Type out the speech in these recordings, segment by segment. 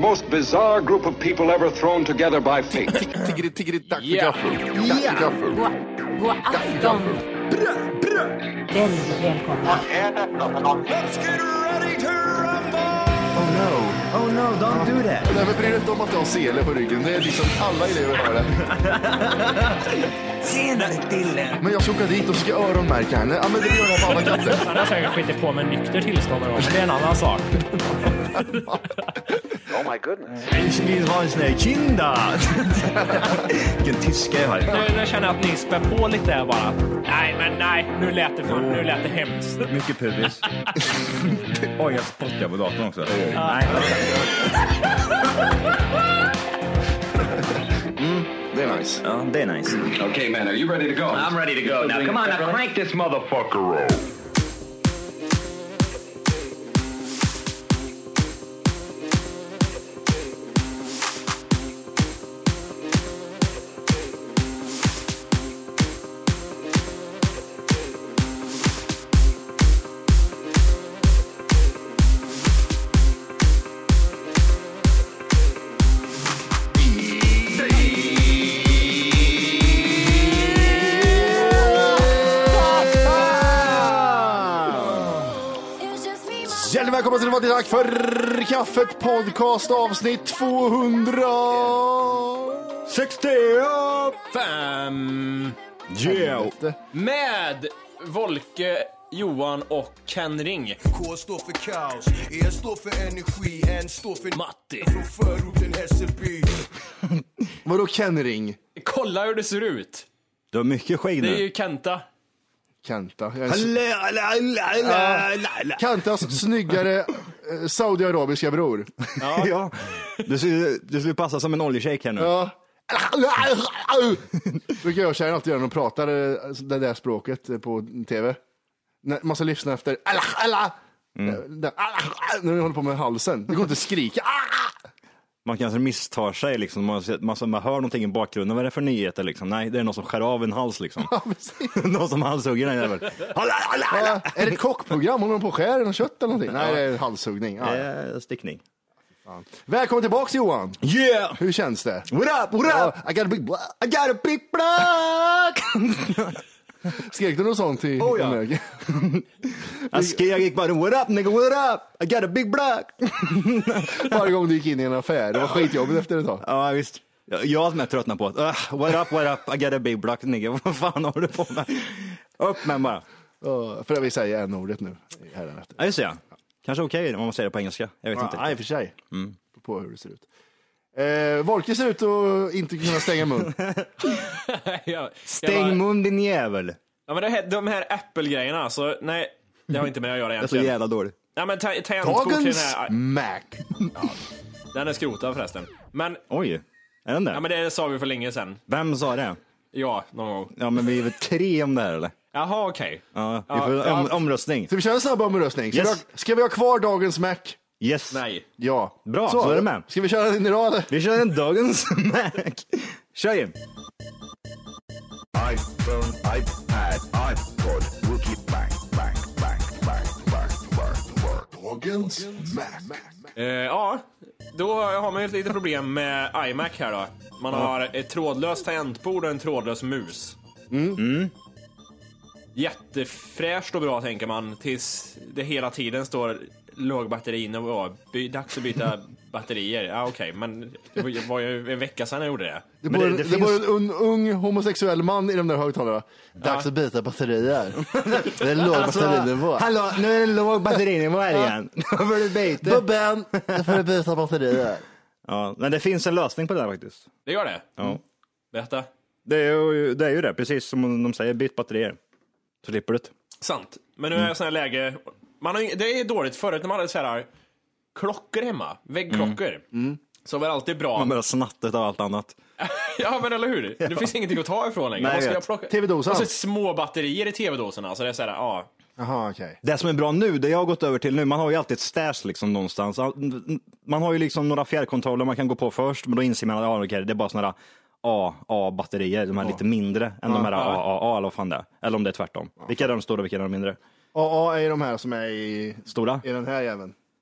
most bizarre group of people ever thrown together by fate. Tiggeri, tack för gaffel. Tack för gaffel. God afton. Väldigt välkomna. Let's get ready to rumble! Oh no, don't do that. Nej, men bryr dig inte om att du har sele på ryggen. Det är liksom alla elever har det. Senare Dille. Men jag ska åka dit och ska öronmärka henne. Ja, men det gör jag på alla katter. Han har säkert skitit på med nykter tillstånd någon gång, men det är en annan sak. Oh my goodness. Ich vill ha en sån här kinda. Vilken tyska jag har. Nu känner jag att ni spär på lite där bara. Nej, nu lät det hemskt. Mycket pubis. Oj, jag spottar på datorn också. Nej. Det är nice. Ja, det är nice. Okay, man, are you ready to go? I'm ready to go. Now, come on, now crank this motherfucker up. Välkommen till det tack för kaffet podcast avsnitt 265. Yeah. Med Volke, Johan och Ken Ring. K står för kaos, E står för energi, N står för Matti. från förorten Hässelby. Vadå Kenring? Kolla hur det ser ut. Du har mycket skägg nu. Det är ju Kenta. Kenta. Kentas snyggare saudiarabiska bror. Ja. Du skulle passa som en oljeshejk här nu. Ja. Brukar jag och tjejen alltid göra när de pratar det där språket på tv. Man ska lyssna efter när de håller på med halsen. Det går inte att skrika. Man kanske misstar sig liksom. Man hör någonting i bakgrunden. Vad är det för nyheter liksom? Nej, det är någon som skär av en hals liksom. Någon som halshugger den jävel. Är det ett kockprogram? Håller de på och skär något kött eller någonting? Nej, det är halshuggning. Stickning. Välkommen tillbaks Johan. Yeah! Hur känns det? What up? I got a big block. I got a big block! Skrek du något sånt i Amerika? Jag gick bara, what up nigga, what up? I got a big block! Varje gång du gick in i en affär. Det var skitjobbigt efter ett tag. Ja, visst. Jag som är tröttnat på att what up, I got a big block nigga. Vad fan har du på med? Upp med bara. För att vi säger n-ordet nu. Ja, just det. Kanske okej om man säger det på engelska. Jag vet inte. Nej, för sig. På hur det ser ut. Volke ser ut att inte kunna stänga mun. Stäng mun din jävel. Ja, men de här Apple-grejerna, så nej, det har inte med att göra Det är egentligen. så jävla dåligt. Ja, men tangentbord till den Dagens här. Mac. Ja, den är skrotad förresten. Men, Oj, är den där? ja, men det sa vi för länge sedan. Vem sa det? Ja, någon gång. Ja, men vi är väl 3 om det här eller? Jaha, okej. Ja, vi får omröstning. Så vi kör en snabb omröstning. Ska vi ha kvar dagens Mac? Yes. Nej. Ja. Bra, så är det med. Ska vi köra den i rad eller? Vi kör en dagens Mac. Kör in. iPhone, iPad, iPod, Wookie, bang, bang, bang, bang, bang, bang, bang. Dagens Mac. Ja, då har man ju ett litet problem med iMac här då. Man har ett trådlöst tangentbord och en trådlös mus. Jättefräscht och bra tänker man, tills det hela tiden står lågbatterin och dags att byta batterier. Ja, okej, men det var ju en vecka sedan jag gjorde det. Det bor en ung homosexuell man i de där högtalarna. Dags att byta batterier. Det är låg batterinivå. Hallå, nu är det låg batterinivå här igen. Nu får du byta. Bubben, nu får du byta batterier. Ja, men det finns en lösning på det här faktiskt. Det gör det? Ja. Berätta. Det är ju det, precis som de säger, byt batterier. Så slipper du det. Sant. Men nu är det sån här läge. Det är dåligt förut när man hade så här klockor hemma. Väggklockor. Så var det alltid bra. Man bara snattat av allt annat. Ja, men eller hur? Det finns ingenting att ta ifrån längre. Nej, Vad ska jag jag vet. plocka? TV-dosan. Och så små batterier i TV-doserna. Så det är så här, ja. Jaha, okej. Det som är bra nu, det jag har gått över till nu, man har ju alltid ett stash liksom någonstans. Man har ju liksom några fjärrkontroller man kan gå på först, men då inser man att det är bara såna AA-batterier, de här lite mindre än de här AAA, eller vad fan det är. Eller om det är tvärtom. Vilka är de stora, vilka är de mindre? AA är de här som är i Stora? i den här jäveln.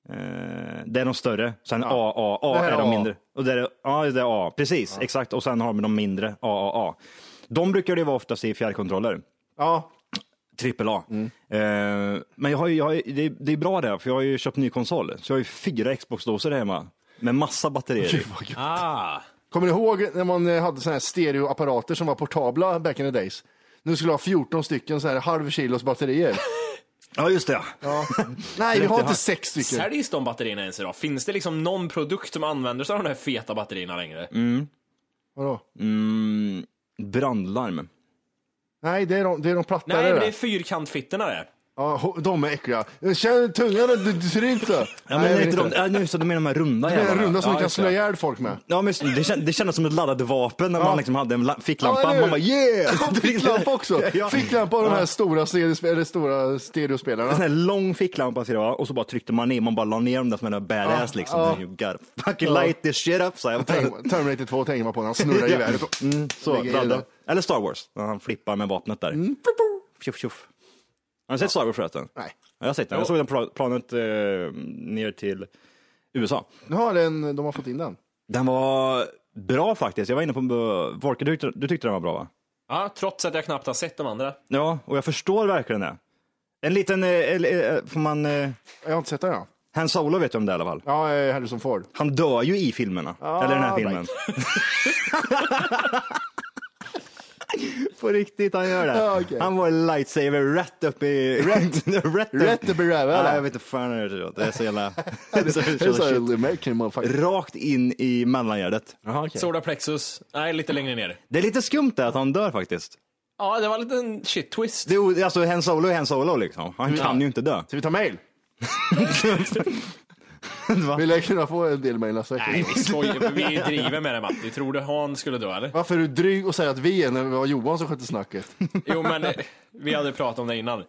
Det är de större. Sen A Det här är de A. mindre. Och det är, det är A, precis, exakt. Och sen har vi de mindre, A. De brukar det vara oftast i fjärrkontroller. Ja. AAA. Men det är bra det, för jag har ju köpt ny konsol. Så jag har ju 4 Xbox-dåsor hemma. Med massa batterier. Kommer ni ihåg när man hade såna här stereoapparater som var portabla back in the days? Nu skulle ha 14 stycken så här halvkilos batterier. Ja, just det. Ja. Nej, vi har inte 6 stycken. Säljs de batterierna ens idag? Finns det liksom någon produkt som använder sig av de här feta batterierna längre? Vadå? Brandlarm. Nej, det är de platta. Nej, men det är fyrkantfittorna det. Ja, de är äckliga. Känner tungan, du ser inte. Ja, men är inte nu så de är de här runda Det är jävlarna. runda som Ja, man kan just slå det. ihjäl folk med. Ja, men det kändes som ett laddat vapen när man liksom hade en ficklampa. Ja, eller hur? Man bara yeah! Ficklampa också. Ja. Ficklampa av de här stora stereospelarna. En sån här lång ficklampa ser det vara, och så bara tryckte man ner, man bara la ner dem där som en badass liksom. You gotta fucking light this shit up, så jag. Terminator 2 tänker man på när han snurrar i världen. Så, Lägger i bladda. det. Eller Star Wars, när han flippar med vapnet där. Tjuff, tjuff. Har ni sett Star Wars förresten? Nej. Jag har sett den. Jag såg den planet ner till USA. Nu har de har fått in den. Den var bra faktiskt. Jag var inne på Volker, du tyckte den var bra, va? Ja, trots att jag knappt har sett de andra. Ja, och jag förstår verkligen det. En liten, får man... Jag har inte sett den, ja. Han Solo vet du om det i alla fall. Ja, Harrison Ford. Han dör ju i filmerna. Eller den här filmen. På riktigt, han gör det. Ja, okay. Han var lightsaver rätt upp i... Rätt upp i röven. Nej, jag vet inte fan hur det är. Det är så jävla... Shit. Rakt in i mellangärdet. Solar plexus. Nej, lite längre ner. Det är lite skumt det att han dör faktiskt. Ja, det var en liten shit twist. Det är, alltså, Han Solo är Han Solo liksom. Han kan ju inte dö. Ska vi ta mail? Vill jag kunna få en del mail nästa vecka? Nej, vi skojar. Vi driver med det, Matti. Tror du Han skulle dö, eller? Varför är du dryg och säger att vi är när det var Johan som skötte snacket? Jo, men vi hade pratat om det innan.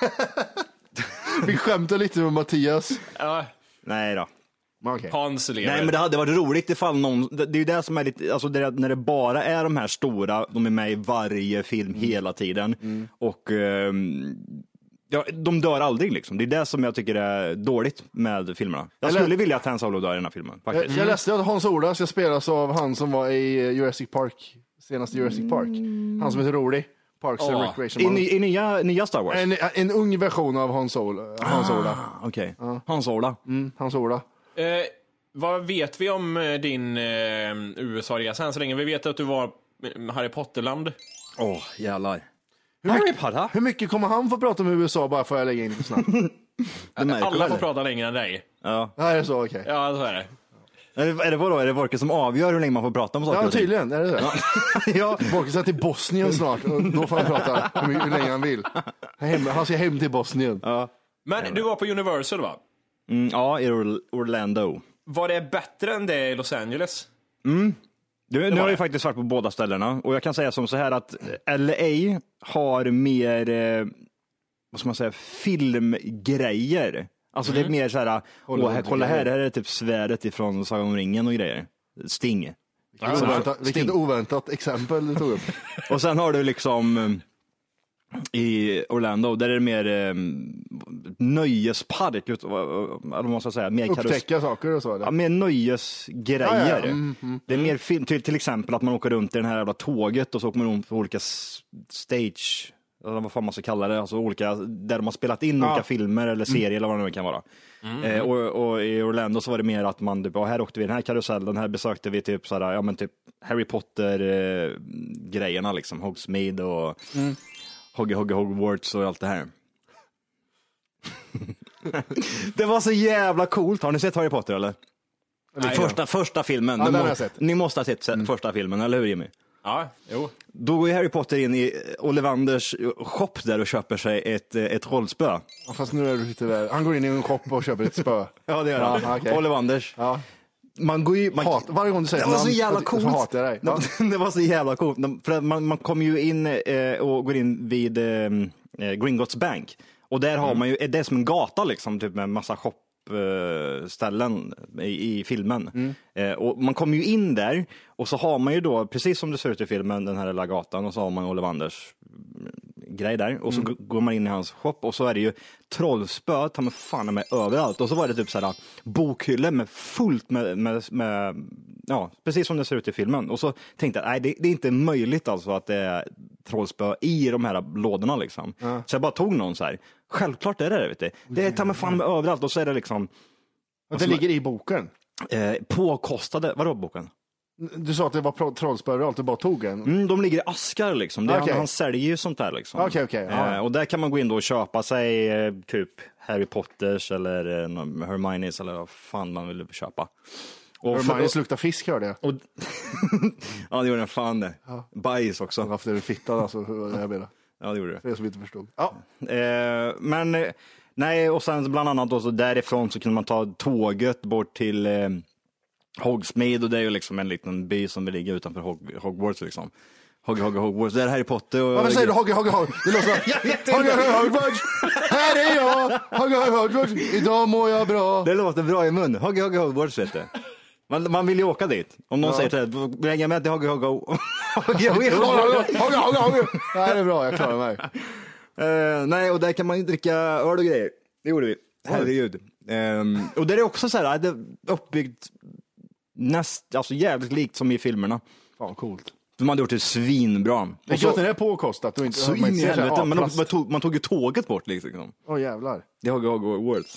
Vi skämtar lite med Mattias. Ja, Nej då. Okay. Hans lever. Nej, men det hade varit roligt ifall någon, det är ju det som är lite, alltså när det bara är de här stora, de är med i varje film hela tiden och ja, de dör aldrig liksom. Det är det som jag tycker är dåligt med filmerna. Jag skulle vilja att Han Solo dör i den här filmen faktiskt. Jag läste att Hans Ola ska spelas av han som var i Jurassic Park, senaste Jurassic Park. Han som heter rolig. Parks and Recreation. I nya Star Wars? En ung version av Hans Ola. Okej. Hans Ola. Hans Ola. Vad vet vi om din USA-resa än så länge? Vi vet att du var Harry Potter-land. Jävlar. Harry Potter? Hur mycket kommer han få prata om USA bara för att jag lägga in det snabbt? Alla får prata längre än dig. Ja. Det här är så, okej. Ja, så är det. Är det vadå? Är det Volker som avgör hur länge man får prata om saker? Ja, tydligen. Är det det? Ja. Volker ska till Bosnien snart och då får han prata hur länge han vill. Han ska hem till Bosnien. Ja. Men du var på Universal, va? Ja, i Orlando. Var det bättre än det i Los Angeles? Nu har jag ju faktiskt varit på båda ställena och jag kan säga som så här att LA har mer, vad ska man säga, filmgrejer. Alltså det är mer så här, kolla här är det typ svärdet ifrån Sagan om ringen och grejer. Sting. Vilket oväntat exempel du tog upp. Och sen har du liksom i Orlando där är det mer nöjespark, vad man ska säga, mer upptäcka saker och så. Ja, mer nöjesgrejer. Det är mer film, till exempel att man åker runt i den här jävla tåget och så åker man runt på olika stage, eller vad fan man ska kalla det, alltså olika, där de har spelat in olika filmer eller serier eller vad det nu kan vara. Och i Orlando så var det mer att man typ, här åkte vi den här karusellen, här besökte vi typ sådär, ja men typ Harry Potter grejerna liksom, Hogsmeade och Hogwarts och allt det här. Det var så jävla coolt. Har ni sett Harry Potter eller? Första filmen. Ja, den har jag sett. Ni måste ha sett första filmen, eller hur Jimmy? Ja, jo. Då går Harry Potter in i Ollivanders shop där och köper sig ett rollspö. Ja, fast nu är du lite väl. Han går in i en shop och köper ett spö. Ja, det gör han. Ja, okay. Ollivanders. Ja. Man går ju, varje gång du säger det var så jävla coolt. Så hatar jag dig. Ja. Det var så jävla coolt. För man kommer ju in och går in vid Gringotts Bank. Och där har man ju, det är som en gata liksom, typ med massa shopställen i filmen. Och man kommer ju in där och så har man ju då, precis som det ser ut i filmen, den här lilla gatan, och så har man Ollivanders grej där. Och så går man in i hans shop och så är det ju trollspö, tar man fan med överallt. Och så var det typ såhär bokhyllor med fullt med ja, precis som det ser ut i filmen. Och så tänkte jag, nej det är inte möjligt alltså att det är trollspö i de här lådorna liksom. Så jag bara tog någon så här. Självklart är det vet du. Det tar man fan med överallt och så är det liksom. Och det ligger i boken. Påkostade, vadå boken? Du sa att det var trollspö och allt, du bara tog en. De ligger i askar liksom. Han säljer ju sånt där liksom. Okej. Och där kan man gå in då och köpa sig typ Harry Potters eller Hermiones eller vad fan man vill köpa. Och Hermiones luktar fisk hörde jag. Och ja, det gjorde den fan det. Bajs också. Varför är du fittad alltså? Jag menar. Ja, det gjorde det. För jag som inte förstod. Ja. Men nej, och sen bland annat då, så därifrån så kunde man ta tåget bort till Hogsmeade, och det är ju liksom en liten by som ligger utanför Hogwarts liksom. Hogwarts, det är Harry Potter och... Varför säger du Hogwarts? Det låter Hogwarts! Här är jag! Hogwarts! Idag mår jag bra. Det låter bra i mun. Hogwarts vet du. Man vill ju åka dit. Om någon säger till dig, lägger med till Hogwarts. Nej, det är bra, jag klarar mig. Nej, och där kan man ju dricka öl och grejer. Det gjorde vi. Herregud. Och det är också så här, det är uppbyggt alltså jävligt likt som i filmerna. Fan, coolt. De hade gjort det svinbra. Det är klart det är påkostat. Och inte, så in i helvete, men man tog ju tåget bort liksom. Jävlar. Det har Hogwarts.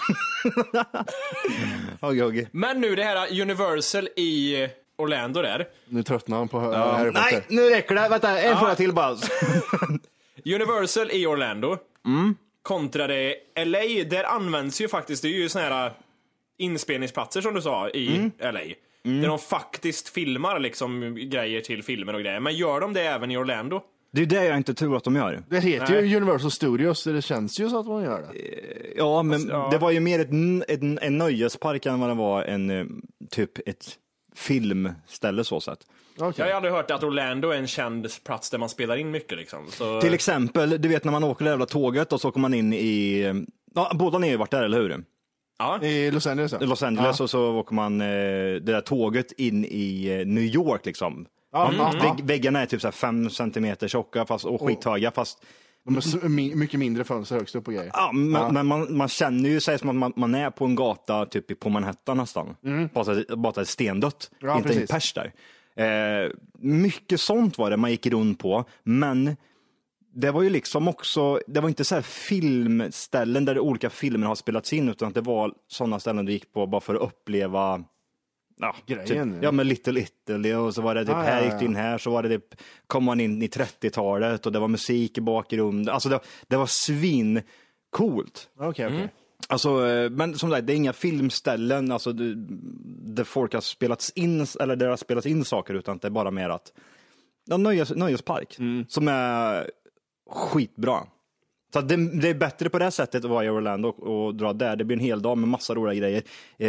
Hoggy. Men nu det här Universal i Orlando där. Nu tröttnar han på Harry Potter. Nej, nu räcker det. Vänta, en fråga till bara. Universal i Orlando kontra det LA, där används ju faktiskt, det är ju såna här inspelningsplatser som du sa i LA. Där de faktiskt filmar liksom grejer till filmer och grejer. Men gör de det även i Orlando? Det är det jag inte tror att de gör. Det heter ju Universal Studios, så det känns ju så att man gör det. Ja, men det var ju mer en nöjespark än vad det var en typ ett filmställe så sett. Okay. Jag har aldrig hört att Orlando är en känd plats där man spelar in mycket liksom. Så... Till exempel, du vet när man åker det jävla tåget och så kommer man in i... Ja, båda ni har ju varit där, eller hur? Ja. I Los Angeles. I Los Angeles och så åker man det där tåget in i New York liksom. Väggarna är typ så här 5 centimeter tjocka och skithöga fast... De är mycket mindre fönster högst upp och grejer. Ja, men man känner ju sig som att man är på en gata typ på Manhattan nästan. Bara stendött, inte precis. En pers där. Mycket sånt var det man gick runt på, men det var ju liksom också, det var inte så här filmställen där olika filmer har spelats in, utan det var sådana ställen du gick på bara för att uppleva grejen. Typ, men Little Italy, och så var det typ här gick in här, så var det typ, kom man in i 30-talet och det var musik i bakgrunden. Alltså det var svin coolt. Okej. Alltså, men som sagt, det är inga filmställen alltså, där folk har spelats in, eller där har spelats in saker, utan det är bara mer att nöjespark som är skitbra. Så det är bättre på det sättet att vara i Orlando och dra där. Det blir en hel dag med massa roliga grejer.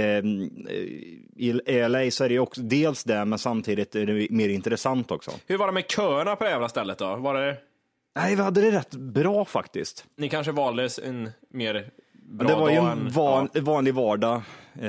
I LA så är det också dels det, men samtidigt är det mer intressant också. Hur var det med köerna på det jävla stället då? Nej, vi hade det rätt bra faktiskt. Ni kanske valde en mer bra det var dag ju en vanlig vardag.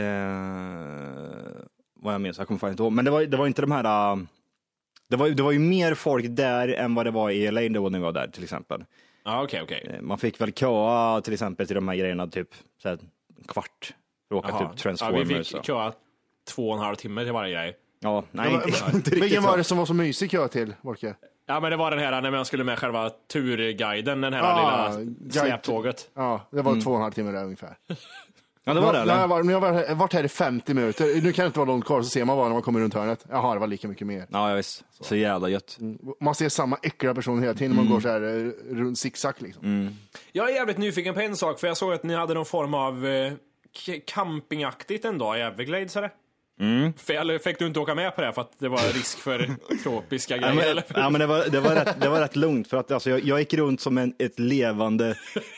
Vad jag minns, jag kommer fan inte ihåg. Men det var inte de här... Det var ju mer folk där än vad det var i LA då när vi var där till exempel. Ja, okej. Man fick väl köa till exempel till de här grejerna typ så här, kvart för att åka typ Transformers. Ja, vi fick köa 2,5 timmar till varje grej. Ja, nej, inte vilken var det som var så mysig kö till, Volke? Ja, men det var den här när man skulle med själva turguiden, den här lilla släptåget. Ja, det var 2,5 timmar där ungefär. Ja, det var det, eller? Jag har varit här i 50 minuter. Nu kan det inte vara långt kvar, så ser man bara när man kommer runt hörnet. Jaha, det var lika mycket mer. Ja, visst. Så jävla gött. Man ser samma äckliga person hela tiden när man går så här runt zigzag liksom. Jag är jävligt nyfiken på en sak, för jag såg att ni hade någon form av campingaktigt en dag i Everglades, eller? Eller fick du inte åka med på det för att det var risk för tropiska grejer? Ja, men det var rätt lugnt, för att alltså, jag gick runt som ett levande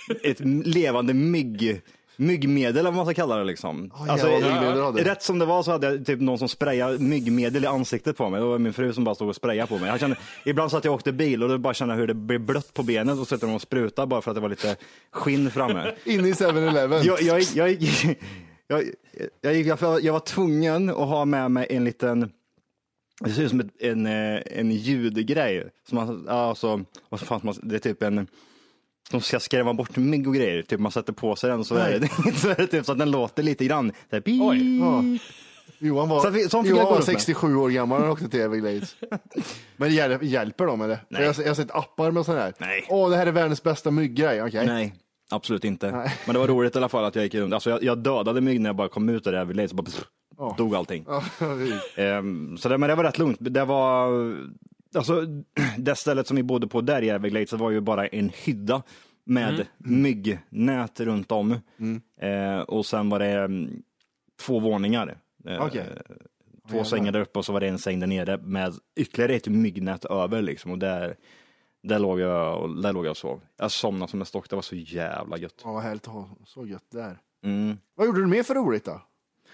myggmedel, eller vad man ska kalla det liksom. Rätt som det var så hade jag typ någon som sprayade myggmedel i ansiktet på mig. Det var min fru som bara stod och sprayade på mig. Jag kände, ibland så att jag åkte bil och då bara kände hur det blev blött på benet, och så sätter de och spruta bara för att det var lite skinn framme. In i 7-Eleven. Jag var tvungen att ha med mig en liten Det ser ut som en ljudgrej. Som man, alltså, vad fan, det är typ en... De ska skrämma bort mygg och grejer. Typ man sätter på sig den så är det typ så att den låter lite grann. Så här, Oj. Ja. Johan var 67 år gammal och åkte till Everglades. Men hjälper de eller? Jag har sett appar med sån här. Nej. Det här är världens bästa mygggrej. Okay. Nej, absolut inte. Nej. Men det var roligt i alla fall att jag gick runt. Alltså jag dödade mygg när jag bara kom ut av Everglades. Bara dog allting. Så men det var rätt lugnt. Det var... Alltså, det stället som vi bodde på där i Everglades var ju bara en hydda med myggnät runt om. Och sen var det 2 våningar. Två sängar där uppe och så var det en säng där nere med ytterligare ett myggnät över liksom. Och där låg jag och sov. Jag somnade som en stock, det var så jävla gött. Ja, vad härligt att ha så gött där. Vad gjorde du mer för roligt då?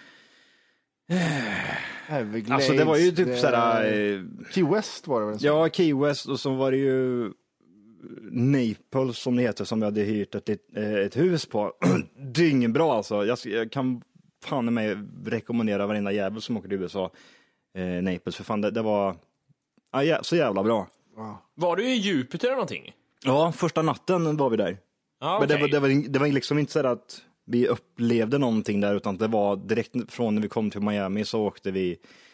Everglades, alltså det var ju typ såhär... Key West var det väl? Ja, Key West och så var det ju Naples som det heter, som vi hade hyrt ett hus på. Dyngbra alltså. Jag kan fan mig rekommendera varenda jävel som åker till USA Naples, för fan det var så jävla bra. Var du i Jupiter eller någonting? Ja, första natten var vi där. Okay. Men det var liksom inte så att vi upplevde någonting där, utan det var direkt från när vi kom till Miami så åkte vi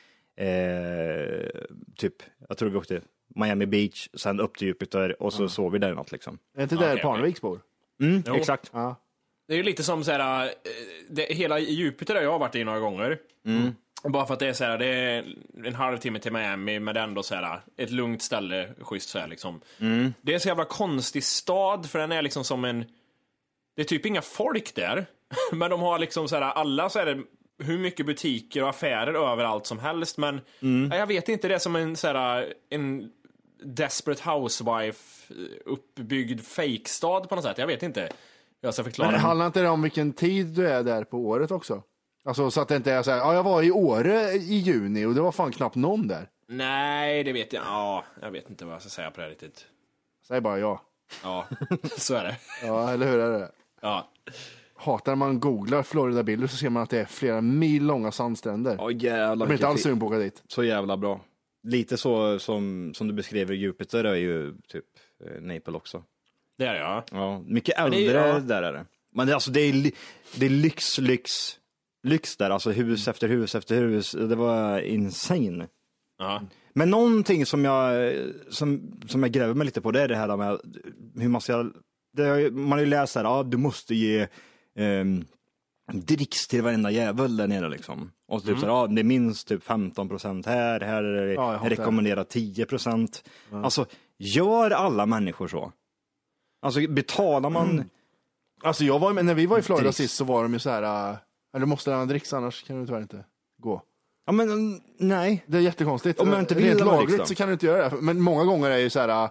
typ, jag tror vi åkte Miami Beach, sen upp till Jupiter och så sov vi där något liksom. Är inte där Parneviks bor? Exakt. Ja. Det är ju lite som såhär, hela Jupiter har jag varit i några gånger. Bara för att det är såhär, det är en halvtimme till Miami, men det är ändå såhär ett lugnt ställe, schysst såhär liksom. Det är en så jävla konstig stad, för den är liksom som en... Det är typ inga folk där, men de har liksom såhär, alla så är det hur mycket butiker och affärer överallt som helst, men jag vet inte, det är som en såhär, en Desperate Housewife uppbyggd fake-stad på något sätt, jag vet inte. Jag ska förklara. Men handlar inte det om vilken tid du är där på året också? Alltså så att det inte är så här, jag var i Åre i juni och det var fan knappt någon där. Nej, det vet jag. Ja, jag vet inte vad jag ska säga på det här riktigt. Säg bara ja. Ja, så är det. Ja, eller hur är det? Ja. Hatar när man googlar Florida-bilder så ser man att det är flera mil långa sandstränder. Åh jävlar. Jag blir inte alls sugen på att åka dit. Så jävla bra. Lite så som du beskriver Jupiter är ju typ Naples också. Det är det, ja. Ja, mycket äldre där är det. Men det är lyx där, alltså hus efter hus efter hus. Det var insane. Ja. Men någonting som jag gräver mig lite på, det är det här med hur man ska... Man har ju läst här, du måste ge dricks till varenda jävel där nere liksom. Och typ så det är minst typ 15% här är det rekommenderat 10%. Alltså, gör alla människor så? Alltså, betalar man... Alltså, när vi var i Florida sist så var de ju så här... Eller måste lämna dricks, annars kan du tyvärr inte gå. Ja, men nej. Det är jättekonstigt. Om man inte vill rent lämna lagligt dricks, så kan du inte göra det. Men många gånger är ju så här...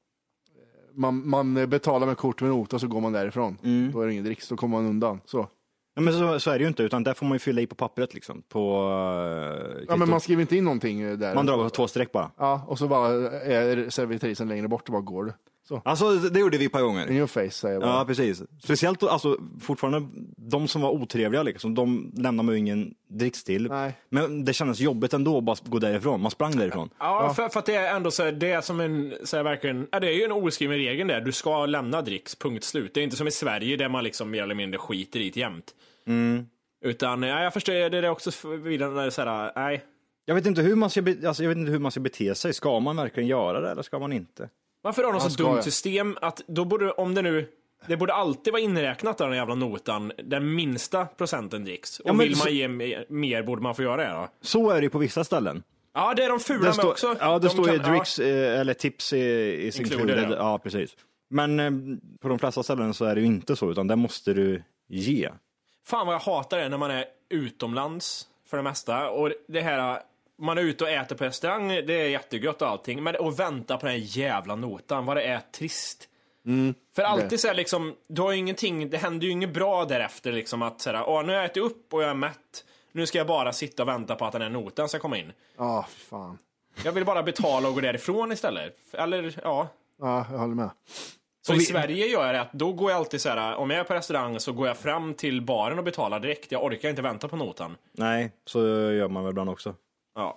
Man betalar med kort med nota och så går man därifrån. Då är det ingen dricks, då kommer man undan. Så. Ja, men så är det ju inte, utan där får man ju fylla i på pappret liksom. Ja, men man skriver inte in någonting där. Man drar på 2 streck bara. Ja, och så bara är servitrisen längre bort och bara går. Så. Alltså, det gjorde vi ett par gånger. In your face, säger jag bara. Ja, precis. Speciellt, alltså, fortfarande, de som var otrevliga liksom, de lämnar man ju ingen dricks till. Nej. Men det kändes jobbigt ändå att bara gå därifrån. Man sprang därifrån. Ja, för att det är ändå så, det är som en, så här, verkligen, det är ju en oskriven regel där. Du ska lämna dricks, punkt slut. Det är inte som i Sverige där man liksom mer eller mindre skiter i det jämt. Utan, jag förstår, det är också vidare så här, nej. Jag vet inte hur man ska bete sig. Ska man verkligen göra det eller ska man inte? Varför har de så dumt system att då borde, om det nu, det borde alltid vara inräknat av den jävla notan, den minsta procenten dricks. Och vill man ge mer borde man få göra det då. Så är det ju på vissa ställen. Ja, det är de fula med också. Ja, det står ju dricks eller tips is included. Ja, precis. Men på de flesta ställen så är det ju inte så, utan det måste du ge. Fan vad jag hatar det när man är utomlands för det mesta. Och det här, man är ute och äter på restaurang, det är jättegött och allting. Men att vänta på den här jävla notan, vad det är trist. För alltid så här liksom, du har ju ingenting, det händer ju inget bra därefter liksom att såhär, nu har jag ätit upp och jag är mätt. Nu ska jag bara sitta och vänta på att den här notan ska komma in. Ja, fan. Jag vill bara betala och gå därifrån istället. Eller, ja. Ja, jag håller med. Så i Sverige gör jag det att då går jag alltid så här, om jag är på restaurang så går jag fram till baren och betalar direkt. Jag orkar inte vänta på notan. Nej, så gör man väl ibland också. Ja.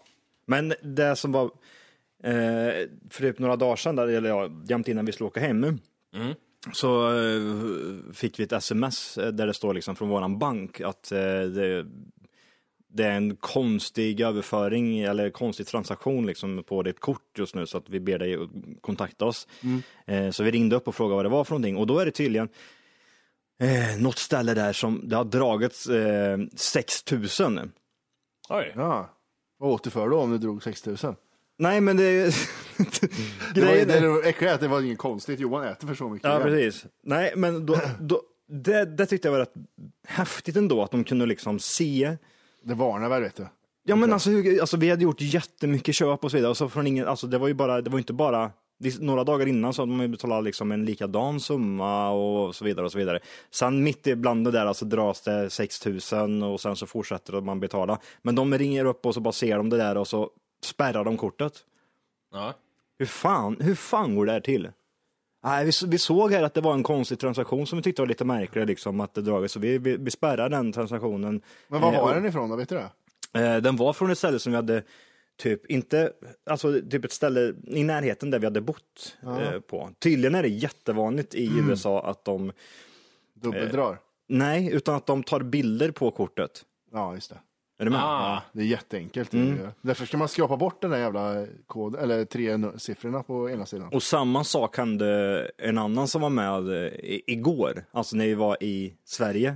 Men det som var för typ några dagar sedan, eller jämt innan vi skulle åka hem, så fick vi ett sms där det står liksom från våran bank att det är en konstig överföring eller konstig transaktion liksom på ditt kort just nu, så att vi ber dig kontakta oss. Så vi ringde upp och frågade vad det var för någonting, och då är det tydligen något ställe där som det har dragits 6 000. Oj. Ja. Vad återför du om du drog 6 000? Nej, men det grejen är äckligt att det var inget konstigt. Johan äter för så mycket. Ja, precis. Nej, men då det tyckte jag var rätt häftigt ändå, att de kunde liksom se. Det varnar väl, vet du. Ja, men alltså vi hade gjort jättemycket köp och så vidare, och så från ingen, alltså det var inte bara några dagar innan så hade man betalat liksom en likadan summa och så vidare och så vidare. Sen mitt ibland det där alltså dras det 6 000 och sen så fortsätter man betala. Men de ringer upp och så bara ser de det där och så spärrar de kortet. Ja. Hur fan går det här till? Nej, vi såg här att det var en konstig transaktion som vi tyckte var lite märklig liksom, att det dragit, så vi spärrade den transaktionen. Men vad var den ifrån då, vet du det? Den var från ett ställe som vi hade typ ett ställe i närheten där vi hade bott på. Tydligen är det jättevanligt i USA att de dubbeldrar. Nej, utan att de tar bilder på kortet. Ja, just det. Är du med? Ja, det är jätteenkelt. Därför ska man skrapa bort den där jävla koden, eller 3 siffrorna på ena sidan. Och samma sak hände en annan som var med igår, alltså när vi var i Sverige.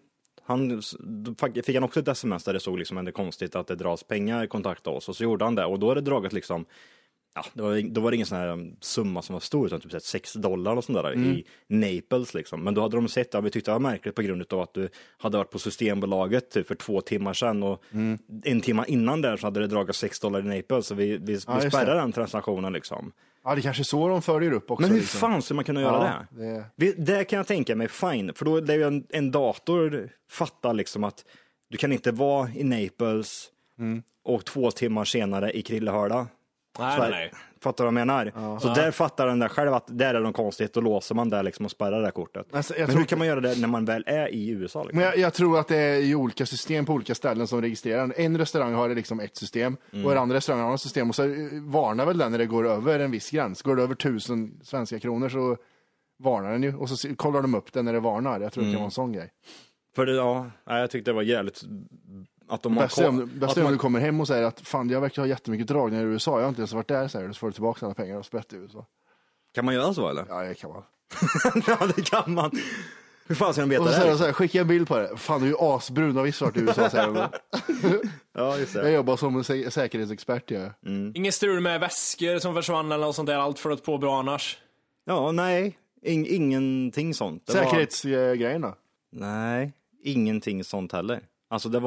Fick han också ett sms där det såg liksom att det är konstigt att det dras pengar, kontakta oss, och så gjorde han det, och då är det draget liksom, ja, då var det ingen sån här summa som var stor, utan typ $6 och sånt där i Naples liksom. Men då hade de sett, vi tyckte det var märkligt på grund av att du hade varit på Systembolaget typ för 2 timmar sedan, och en timme innan där så hade det dragit $6 i Naples, så vi spärrade den transaktionen liksom. Ja, det kanske är så de följer upp också. Men hur liksom. fan ska man kunna göra det? Det kan jag tänka mig, fine. För då är ju en dator fattar liksom att du kan inte vara i Naples och 2 timmar senare i Krillehörda. Nej. Fattar du vad jag menar? Så där fattar den där själv att där är de konstigt, och låser man där liksom och spärrar det där kortet. Alltså, men hur kan man göra det när man väl är i USA? Liksom? Men jag tror att det är i olika system på olika ställen som registrerar. En restaurang har liksom ett system och en annan restaurang har ett system, och så varnar väl den när det går över en viss gräns. Går det över 1000 svenska kronor så varnar den ju, och så kollar de upp den när det varnar. Jag tror det kan vara en sån grej. För jag tyckte det var jävligt att de bäst om du kommer hem och säger att fan, jag verkar ha jättemycket dragningar i USA, jag har inte ens varit där, säger du, så får du tillbaka alla pengar och sprätt i USA. Kan man göra så eller? Ja, det kan man. Ja, det kan man. Hur fan ska de veta och så det? Säger så här, skicka en bild på det. Fan, du är ju asbrun av vissa varit i USA, säger de. Ja, just det. Jag jobbar som en säkerhetsexpert. Ingen strul med väskor som försvann eller något sånt där, allt flöt på bra annars. Ja, nej. Ingenting sånt. Säkerhetsgrejerna? Nej, ingenting sånt heller. Alltså de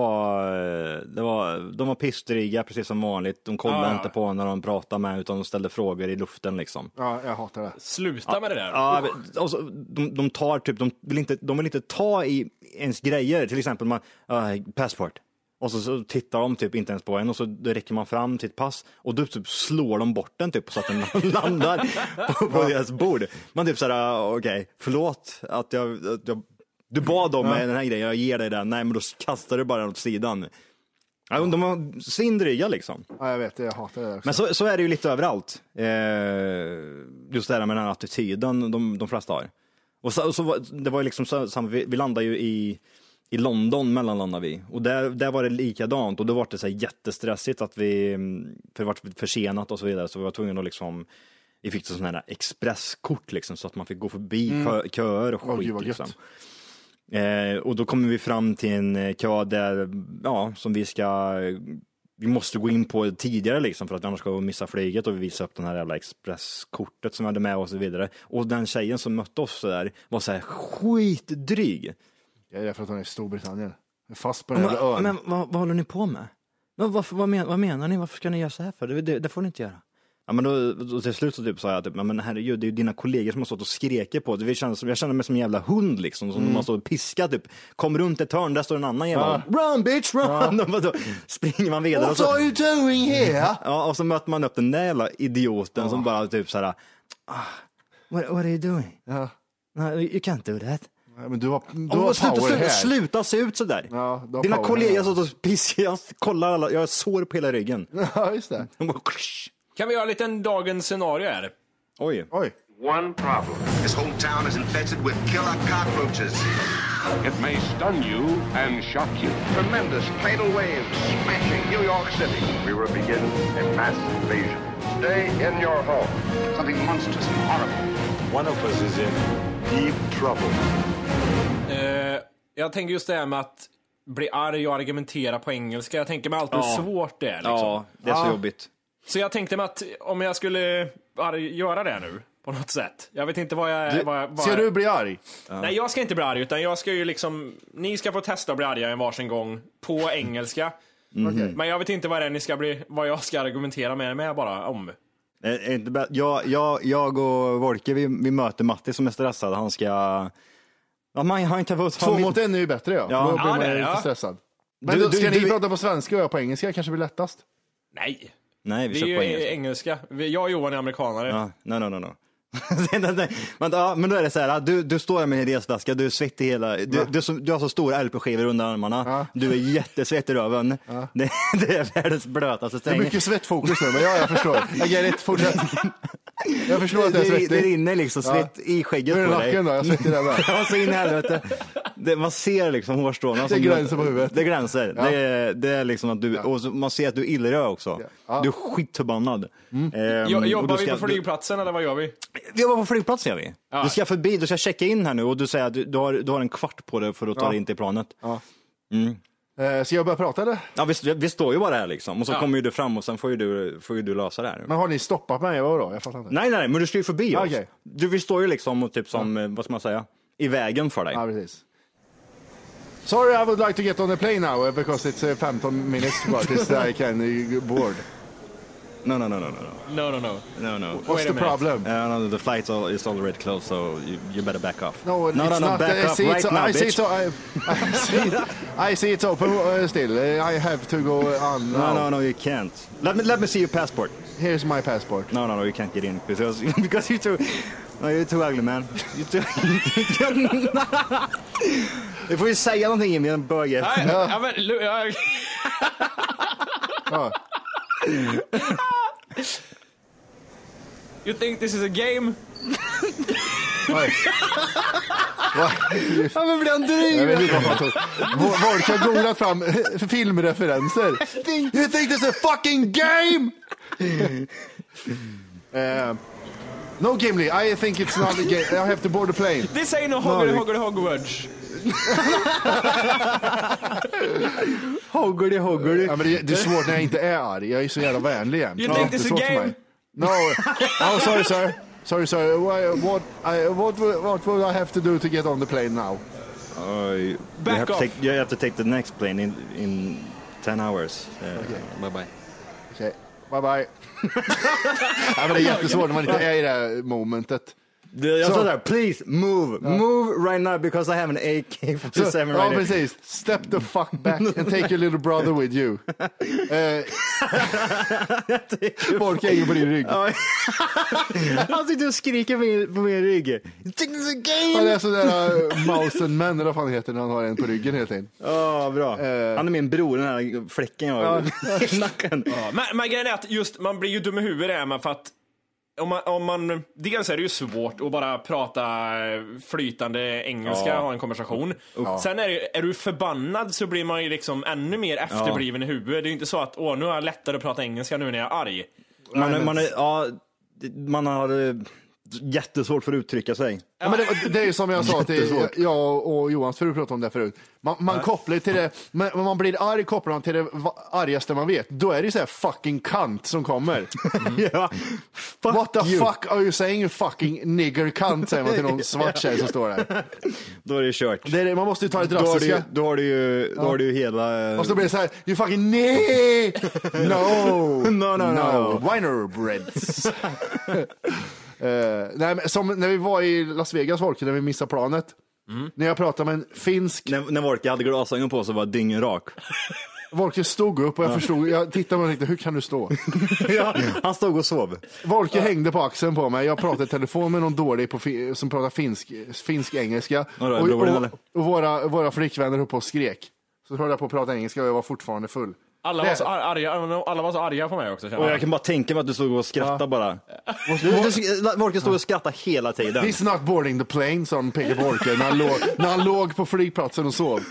var pissdryga precis som vanligt. De kollade inte på när de pratade med, utan de ställde frågor i luften liksom. Ja, jag hatar det. Sluta med det där. Ja, alltså, de tar typ, de vill inte ta i ens grejer. Till exempel passport. Och så tittar de typ inte ens på en, och så räcker man fram sitt pass och då typ slår de bort den typ så att den landar på deras bord. Man typ såhär, okej, förlåt att jag du bad dem med den här grejen, jag ger dig den. Nej, men då kastar du bara den åt sidan. Ja, de var svindryga liksom. Ja, jag vet det, jag hatar det också. Men så är det ju lite överallt. Just det här med den här attityden de flesta har. Och så det var ju liksom samma, vi landade ju i London, mellanlandade vi. Och där var det likadant. Och då var det så här jättestressigt att för det var försenat och så vidare. Så vi var tvungna att liksom, vi fick sån här expresskort liksom, så att man fick gå förbi köer och skit liksom. Och då kommer vi fram till en kö där, som vi måste gå in på tidigare liksom, för att annars ska vi missa flyget, och vi visar upp den här jävla expresskortet som vi hade med och så vidare. Och den tjejen som mötte oss där var så här skitdryg. Ja, det är för att hon är i Storbritannien. Jag är fast på den jävla ön. Men vad håller ni på med? Vad menar ni? Varför ska ni göra så här för? Det får ni inte göra. Ja, men då till slut så typ sa jag typ, men herregud, det är ju dina kollegor som har stått och skriker på det. Jag känner mig som en jävla hund liksom, som de har stått och piskat typ. Kom runt ett hörn, där står en annan jävla run bitch, run! Då springer man vidare. What are you doing here? Ja, och så möter man upp den där jävla idioten som bara typ såhär, what are you doing? No, you can't do that. Ja, men du har power här. Sluta se ut sådär. Ja, du har Dina power kollegor här. så att piss, jag kollar alla, jag har sår på hela ryggen. Ja, just det. Kan vi göra en liten dagens scenario här? Oj. One problem. This whole town is infested with killer cockroaches. It may stun you and shock you. Tremendous tidal waves smashing New York City. We will begin a mass invasion. Stay in your home. Something monstrous and horrible. One of us is in deep trouble. Jag tänker just det här med att bli arg och argumentera på engelska. Jag tänker mig alltid hur svårt det är. Liksom. Ja, det är så jobbigt. Så jag tänkte mig att om jag skulle göra det nu på något sätt. Jag vet inte vad jag... Ska du bli arg? Nej, jag ska inte bli arg, utan jag ska ju liksom... Ni ska få testa att bli arga en varsin gång på engelska. Okay. Men jag vet inte vad det är ni ska bli... Vad jag ska argumentera med bara om. Jag och Volke, vi möter Matti som är stressad. Han ska... Ja, man har inte fått... 2 mot 1 är ju bättre, ja. Ja. Då blir man det är det, lite ja. stressad. Men ska ni prata på svenska och jag på engelska? Kanske blir lättast. Nej, Nej, vi det kör är på ju engelska. Jag och Johan är amerikanare. Ja, no. Men då är det så här, du står där med en resväska, du är svettig hela, du har så stora LP-skivor under armarna, du är jättesvettig i röven. Det är världens blötaste Det sträng. är mycket svettfokus nu, men jag förstår. Jag ger det, fortsätt. Jag förstår att jag är svettig. Det rinner liksom svett i skägget Hur är på dig. nacken då? Jag svettig där med. Ja, så in i helvete. Man ser liksom hårstråna. Det glänser på huvudet. Det glänser. Ja. Det är liksom att du, och så man ser att du är illröd också. Ja. Du är skitförbannad. Jobbar vi på flygplatsen eller vad gör vi? Vi jobbar på flygplatsen, gör vi. Ja. Du ska förbi, du ska checka in här nu och du säger att du har en kvart på dig för att ta dig in till planet. Ja. Ska jag börja prata eller? Ja, vi står ju bara här liksom. Och så kommer ju du fram och sen får ju du lösa det här. Men har ni stoppat mig? Vadå? Jag fattar inte. Nej, men du ska ju förbi oss. Okej. Vi står ju liksom och typ som, vad ska man säga, i vägen för dig. Ja, precis. Sorry, I would like to get on the plane now because it's 15 minutes to go. This I can board. No. No. What's the problem? No, the flight is already closed, so you better back off. No, it's not. Back off right now, bitch. I see it's open still. I have to go on now. No, you can't. Let me see your passport. Here's my passport. No, you can't get in because you're too ugly, man. Du får ju säga någonting, Jimmy, en böge. You think this is a game? Ja, men blir han Jag vet dryg? inte vad fan tog. Folk har googlat fram filmreferenser. You think this is a fucking game? No, Gimli, I think it's not a game. I have to board the plane. This ain't no Hogwarts. Hoggerty. Ja, men det är svårt när jag inte är arg. Jag är så jävla vänlig jämt. You think this is a game? No. Oh, sorry, sir. What would I have to do to get on the plane now? You have to take the next plane in 10 hours. Bye. Okay. Bye. Ja, men det är jättesvårt när man inte är i det här momentet. Jag sa där, please move right now because I have an AK-47 right Ja, here. precis. Step the fuck back and take your little brother with you. Folk hänger på din rygg. Han sitter och skriker på min rygg. You think this is a game? Han är sådär Mouse and Man, eller vad fan heter när han har en på ryggen helt enkelt. Ja, bra. Han är min bror, den här fläcken jag har i nacken. Men grejen är att just man blir ju dum i huvudet för att om man dels är det ju svårt att bara prata flytande engelska och ha en konversation. Sen är du förbannad så blir man ju liksom ännu mer efterbliven i huvudet. Det är ju inte så att nu är jag lättare att prata engelska nu när jag är arg. Man har jättesvårt för att uttrycka sig. Ja, men det är ju som jag sa till jag och Johans fru pratade om det förut. Man kopplar till det, men man blir arg kopplar man till det argaste man vet. Då är det ju så här fucking kant som kommer. Ja. What the fuck are you saying, you fucking nigger kant, säger man till någon svart tjej som står där. Då är det kört. Man måste ju ta det drastiska. Då har du ju hela... Och så blir det så här, you fucking no. Wiener breads. Nej, men som när vi var i Las Vegas, när vi missade planet. När jag pratade med en finsk... När Volke hade glasögon på så var dyngen rak. Volke stod upp och jag tittade och tänkte, hur kan du stå? Ja, han stod och sov. Volke hängde på axeln på mig. Jag pratade i telefon med någon dålig som pratar finsk engelska. Och våra flickvänner höll på och skrek. Så höll jag på att prata engelska och jag var fortfarande full. Alla var så arga på mig också. Och jag kan bara tänka mig att du stod och skrattade bara. Volke stod och skrattade hela tiden. He's not boarding the plane, sa Peter Volke när han låg på flygplatsen och sov.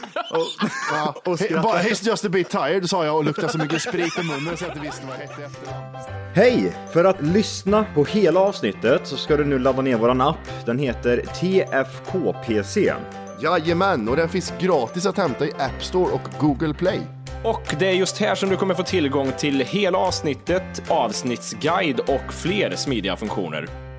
He's just a bit tired, sa jag och luktade så mycket sprit i munnen så att jag visste vad hette efter. Hej! För att lyssna på hela avsnittet så ska du nu ladda ner våran app. Den heter TFKPC. Jajamän, och den finns gratis att hämta i App Store och Google Play. Och det är just här som du kommer få tillgång till hela avsnittet, avsnittsguide och fler smidiga funktioner.